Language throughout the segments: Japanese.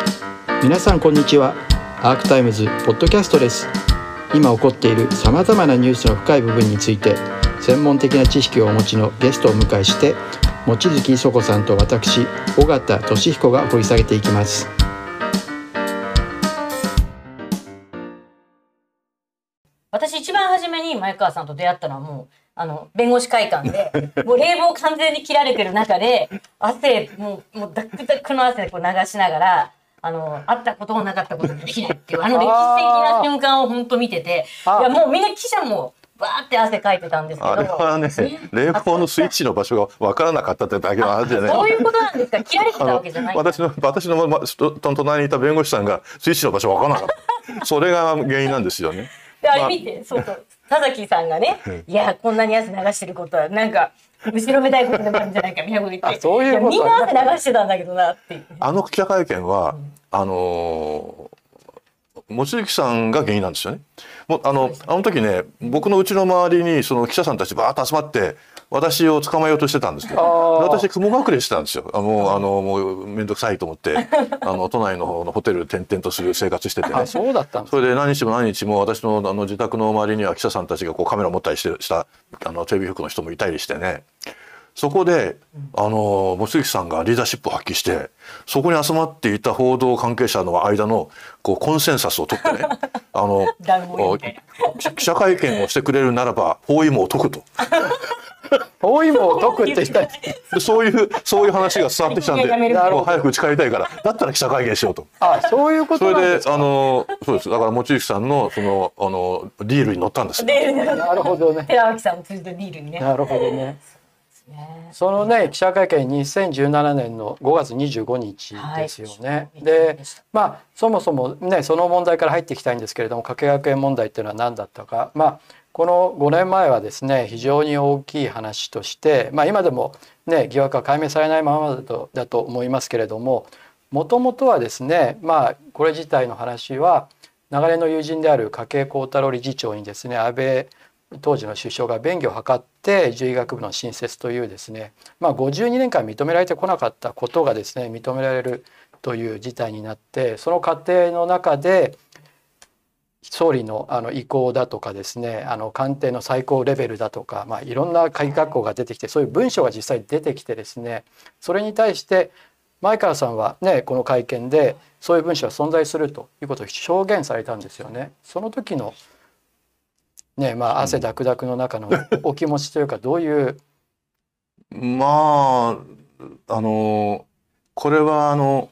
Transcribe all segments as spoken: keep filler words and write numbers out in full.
皆さんこんにちは。アークタイムズポッドキャストです。今起こっているさまざまなニュースの深い部分について専門的な知識をお持ちのゲストをお迎えして、望月磯子さんと私尾形俊彦が掘り下げていきます。 私一番初めに前川さんと出会ったのはもうあの弁護士会館でもう冷房完全に切られてる中で汗もうもうダックダックの汗でこう流しながらあの会ったこともなかったこともできないっていうあの歴史的な瞬間を本当見てて、いやもうみんな記者もバーって汗かいてたんですけど、 あれはね、冷房のスイッチの場所が分からなかったってだけの話じゃない。 そういうことなんですか。切られてたわけじゃない。 私の私の、ま、隣にいた弁護士さんがスイッチの場所分からなかった。それが原因なんですよね。 であれ見て、そうそう田崎さんがね、いやこんなに汗流してることはなんか後ろめたいことでもあるんじゃないかみたいなこと言って、そういうこと、みんな汗流してたんだけどなっていう。 あの記者会見は、うん、あのー、望月さんが原因なんですよね。もうあの、あの時ね、僕のうちの周りにその記者さんたちバーッと集まって私を捕まえようとしてたんですけど、私雲隠れしてたんですよ。あもうあのもう面倒くさいと思ってあの都内の方のホテル転々とする生活しててね。 あ、そうだったんですか。 それで何日も何日も私のあの自宅の周りには記者さんたちがこうカメラ持ったりしてしたあのテレビ局の人もいたりしてね。そこであの望月さんがリーダーシップを発揮して、そこに集まっていた報道関係者の間のこうコンセンサスを取ってね、あの記者会見をしてくれるならば包囲網を解くと。 包囲網を解くって言ったらそういうそういう話が伝わってきたんで、もう早く打ち帰りたいからだったら記者会見しようと。 あ、そういうことなんですか。 それであのそうです。だから望月さんのそのあのディールに乗ったんですよ。 なるほどね。 寺脇さんを通じてディールにね。 なるほどね。そのね記者会見にせんじゅうななねんのごがつにじゅうごにちですよね。はい、でまあそもそもねその問題から入っていきたいんですけれども、加計学園問題っていうのは何だったか。まあこのごねんまえはですね非常に大きい話として、まあ、今でもね疑惑は解明されないままだとだと思いますけれども、もともとはですねまあこれ自体の話は長年の友人である加計幸太郎理事長にですね安倍当時の首相が便宜を図って獣医学部の新設というですね、まあ、ごじゅうにねんかん認められてこなかったことがですね認められるという事態になって、その過程の中で総理のあの意向だとかですね、あの官邸の最高レベルだとか、まあ、いろんな会議学校が出てきて、そういう文章が実際出てきてですね、それに対して前川さんはねこの会見でそういう文章が存在するということを証言されたんですよね。その時のねまあ、汗だくだくの中のお気持ちというかどういう。 まああのこれはあの、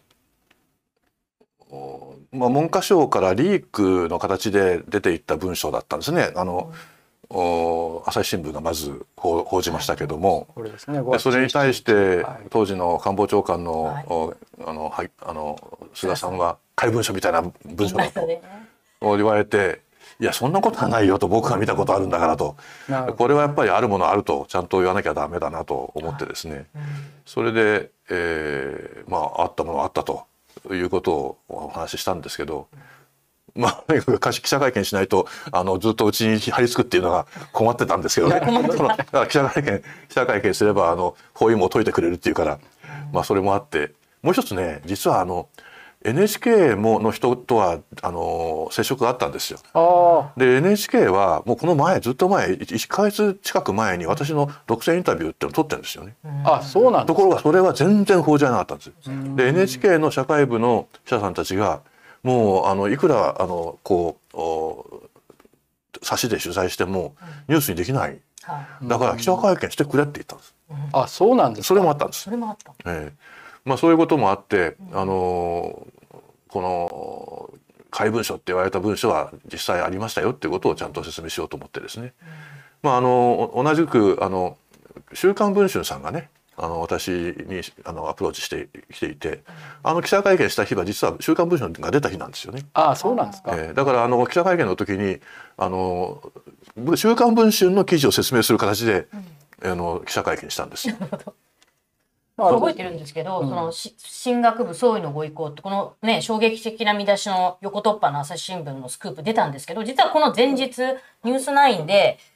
まあ、文科省からリークの形で出ていった文章だったんですね。あの、うん、朝日新聞がまず報じましたけども、 これですね、 でそれに対して当時の官房長官の、はい、あのはいあの菅さんは怪文書みたいな文章だと言われて。いやそんなことはないよと、僕が見たことあるんだからと、これはやっぱりあるものあるとちゃんと言わなきゃダメだなと思ってですね、それで、えー、まああったものあったということをお話ししたんですけど、まあとにかく記者会見しないとあのずっとうちに張り付くっていうのが困ってたんですけどね。そのだから記者会見記者会見すればあの包囲網を解いてくれるっていうから、まあそれもあって、もう一つね実はあのエヌエイチケー もの人とはあの接触があったんですよ。で エヌエイチケー はもうこの前ずっと前いっかげつ近く前に私の独占インタビューっていうのを取ってるんですよね。 あ、そうなんですか。 ところがそれは全然報じられなかったんです。で エヌエイチケー の社会部の記者さんたちがもうあのいくらあのこう差しで取材してもニュースにできない、だから記者会見してくれって言ったんです。 あ、そうなんですか。 それもあったんです。 それもあった。 ええ、まあそういうこともあって、あのこの怪文書って言われた文書は実際ありましたよっていうことをちゃんと説明しようと思ってですね、まああの同じくあの週刊文春さんがねあの私にあのアプローチしてきていて、あの記者会見した日は実は週刊文春が出た日なんですよね。 ああ、そうなんですか。 えー、だからあの記者会見の時にあの週刊文春の記事を説明する形で、うん、あの記者会見したんですよ。 覚えてるんですけど、うん、その進学部総意のご意向ってこのね衝撃的な見出しの横突破の朝日新聞のスクープ出たんですけど、実はこの前日ニュースナインで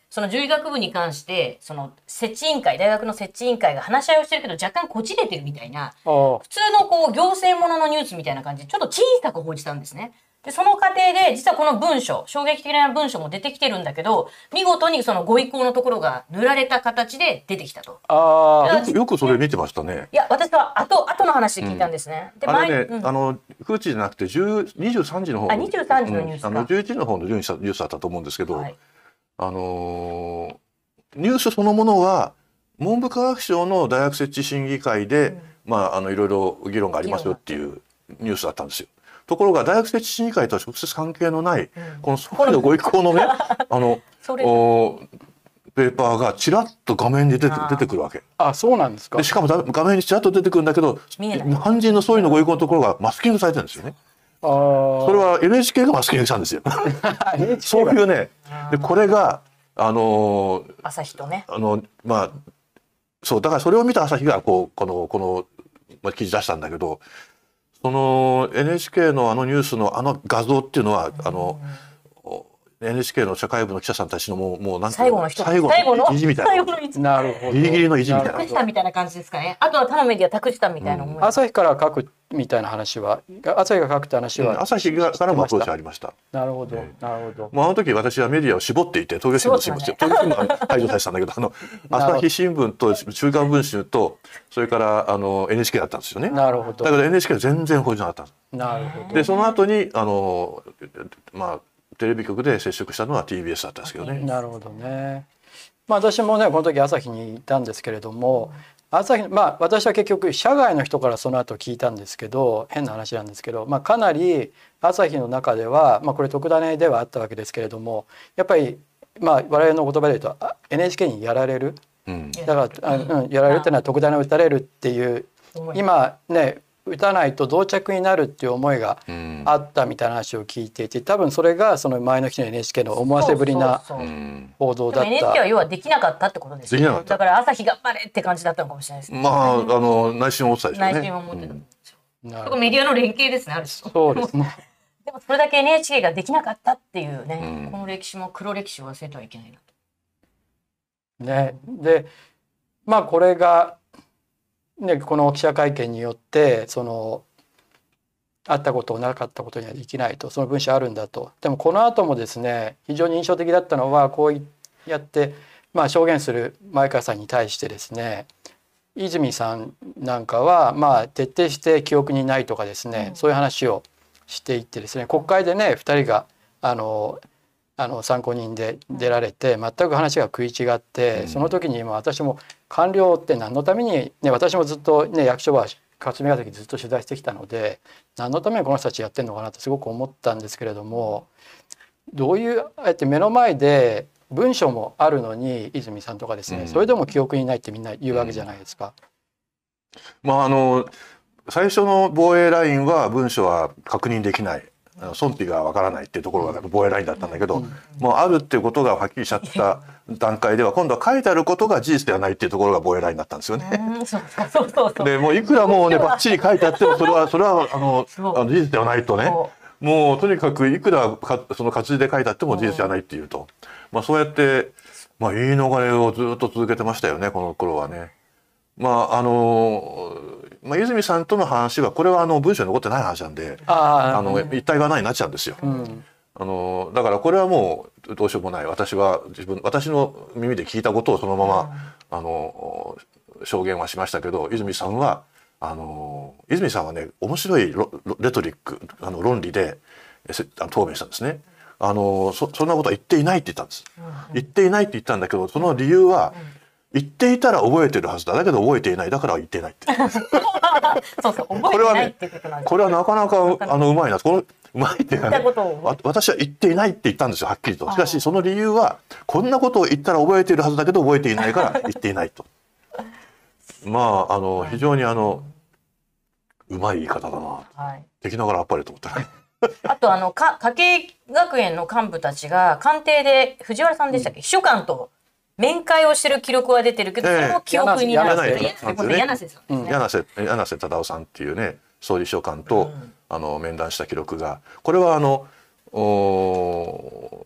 その獣医学部に関してその設置委員会大学の設置委員会が話し合いをしてるけど若干こじれてるみたいな普通のこう行政もののニュースみたいな感じでちょっと小さく報じたんですね。でその過程で実はこの文書衝撃的な文書も出てきてるんだけど見事にそのご意向のところが塗られた形で出てきたと。 あよくよくそれ見てましたね。 いや私は後後の話で聞いたんですね。 うん、であれね、うん、あのくじじゃなくてにじゅうさんじの方のあにじゅうさんじのニュースか、 うん、あのじゅういちじの方のニュースだったと思うんですけど、はい、あのー、ニュースそのものは文部科学省の大学設置審議会で、うん、まああのいろいろ議論がありますよっていうニュースだったんですよ。ところが大学設置審議会とは直接関係のない、うん、この総理のご意向のねあのおペーパーがちらっと画面に出て出てくるわけ。 あ、そうなんですか。 でしかも画面にちらっと出てくるんだけど肝心の総理のご意向のところがマスキングされてるんですよね。あそれは エヌエイチケー がマスキングしたんですよ。そういうねでこれがあのー、 朝日とねあのまあそうだからそれを見た朝日がこうこのこの、まあ、記事出したんだけど。その エヌエイチケー のあのニュースのあの画像っていうのは、うん、あの エヌエイチケー の社会部の記者さんたちのもうもうなんていうの最後の意地みたいななるほどギリギリの意地みたいな託したみたいな感じですかね。あとは他のメディア託したみたいな思い、 うん、朝日から書くみたいな話は朝日が書くって話は、 うん、朝日からもアプローチありました。 なるほど、ね、なるほど。 もうあの時私はメディアを絞っていて東京新聞、ね、東京新聞は排除されてたんだけどあの朝日新聞と週刊文春とそれからあの エヌエイチケー だったんですよね。 なるほど。 だけど エヌエイチケー は全然報じなかったんです。 なるほど。 でその後にあのまあテレビ局で接触したのは ティービーエス だったんですけどね。 なるほどね。まあ私もねこの時朝日にいたんですけれども、朝日まあ私は結局社外の人からその後聞いたんですけど変な話なんですけど、まあかなり朝日の中ではまあこれ特ダネではあったわけですけれども、やっぱりまあ我々の言葉で言うと エヌエイチケー にやられる、うん、だからあ、うん、やられるっていうのは特ダネを打たれるっていう今ね打たないと同着になるっていう思いがあったみたいな話を聞いていて、多分それがその前の日の エヌエイチケー の思わせぶりな報道だった。 エヌエイチケー は要はできなかったってことですよね。だから朝日頑張れって感じだったのかもしれないですね。 まああの内心思ってたでしょうね。 内心は思ってたんですよ、うん、そこメディアの連携ですねある種。 そうですねでもそれだけ エヌエイチケー ができなかったっていうね、うん、この歴史も黒歴史を忘れてはいけないなと。 ね、でまあこれがね、この記者会見によってそのあったことをなかったことにはできないと、その文章あるんだと。でもこの後もですね非常に印象的だったのはこうやってまあ証言する前川さんに対してですね泉さんなんかはまあ徹底して記憶にないとかですね、うん、そういう話をしていってですね国会でねふたりがあのあの参考人で出られて全く話が食い違って、うん、その時に今私も官僚って何のために、ね、私もずっと、ね、役所は霞が関ずっと取材してきたので何のためにこの人たちやってるのかなとすごく思ったんですけれども、どういうあえて目の前で文章もあるのに泉さんとかですね、うん、それでも記憶にないってみんな言うわけじゃないですか。 うん、まああの最初の防衛ラインは文書は確認できない損否がわからないっていうところが防衛ラインだったんだけど、うん、もうあるっていうことがはっきりしちゃった段階では今度は書いてあることが事実ではないっていうところが防衛ラインだったんですよね。でもういくらもうねバッチリ書いてあってもそれはそれはあのあの事実ではないとね、もうとにかくいくらかその活字で書いてあっても事実じゃないっていうと、まあそうやってまあ言い逃れをずっと続けてましたよねこの頃はね。まああのまあ、泉さんとの話はこれはあの文章に残ってない話なんであの一体がないになっちゃうんですよ。うん、あのだからこれはもうどうしようもない、私は自分私の耳で聞いたことをそのまま、うん、あの証言はしましたけど、泉さんはあの泉さんはね面白いレトリックあの論理で答弁したんですね。あの そ, そんなことは言っていないって言ったんです。うん、言っていないって言ったんだけどその理由は、うん言っていたら覚えてるはずだ。だけど覚えていない。だから言っていないって。 そうそう、覚えてないってことなんです。 これはなかなかあのうまいな。このうまいっていうかね。私は言っていないって言ったんですよ。はっきりと。しかしその理由はこんなことを言ったら覚えているはずだけど覚えていないから言っていないと。まああの非常にあのうまい言い方だな。はい、敵ながらあっぱれと思ったね。 あとあのか家計学園の幹部たちが官邸で藤原さんでしたっけ、うん、秘書官と面会をしてる記録は出てるけど、それも記憶になる。柳瀬さんですね。柳瀬柳瀬忠夫さんっていうね総理秘書官と、うん、あの面談した記録が、これはあの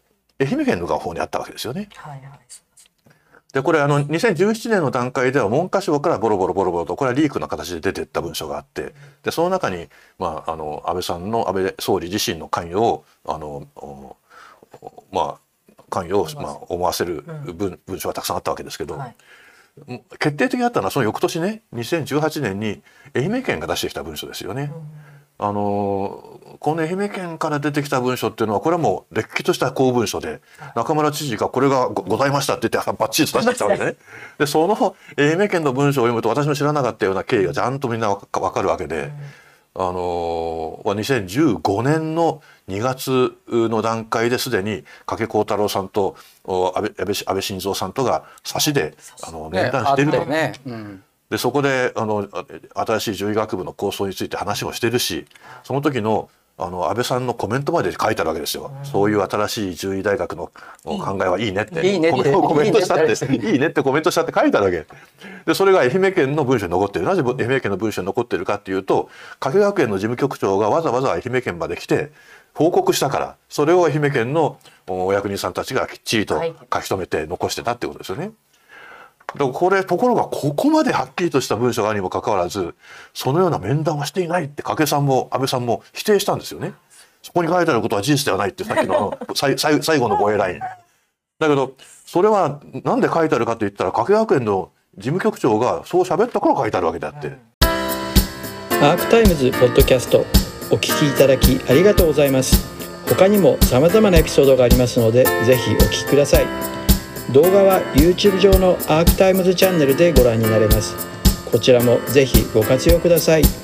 愛媛県の方にあったわけですよね。 はいはい、 でこれあのにせんじゅうななねんの段階では文科省からボロボロボロボロとこれはリークの形で出ていった文書があって、でその中に、まあ、あの安倍さんの安倍総理自身の関与をあのまあ関与を、まあ、思わせる文、文書がたくさんあったわけですけど、はい、決定的だったのはその翌年ねにせんじゅうはちねんに愛媛県が出してきた文書ですよね。うん、あのこの愛媛県から出てきた文書っていうのはこれはもうれっきとした公文書で、中村知事がこれが ご, ございましたって言ってバッチリ出してきたわけですね。でその愛媛県の文書を読むと私も知らなかったような経緯がちゃんとみんな分かるわけで、うん、あのにせんじゅうごねんのにがつの段階ですでに加計幸太郎さんと安倍、安倍、安倍晋三さんとが差しであの面談していると。ねうん、でそこであの新しい獣医学部の構想について話もしてるし、その時のあの安倍さんのコメントまで書いてあるわけですよ。うん、そういう新しい獣医大学の考えはいいねって、いいねってコメントしたっていいねってコメントしたって書いてあるわけで、それが愛媛県の文書に残っている。なぜ愛媛県の文書に残っているかっていうと、加計学園の事務局長がわざわざ愛媛県まで来て報告したから、それを愛媛県のお役人さんたちがきっちりと書き留めて残してたってことですよね。だからこれところがここまではっきりとした文書があるにもかかわらず、そのような面談はしていないって加計さんも安倍さんも否定したんですよね。そこに書いてあることは事実ではないってさっきの最, 最後の防衛ラインだけど、それはなんで書いてあるかと言ったら加計学園の事務局長がそう喋ったから書いてあるわけであって。 アークタイムズポッドキャストお聞きいただきありがとうございます。他にも様々なエピソードがありますのでぜひお聞きください。動画は YouTube 上のアークタイムズチャンネルでご覧になれます。こちらもぜひご活用ください。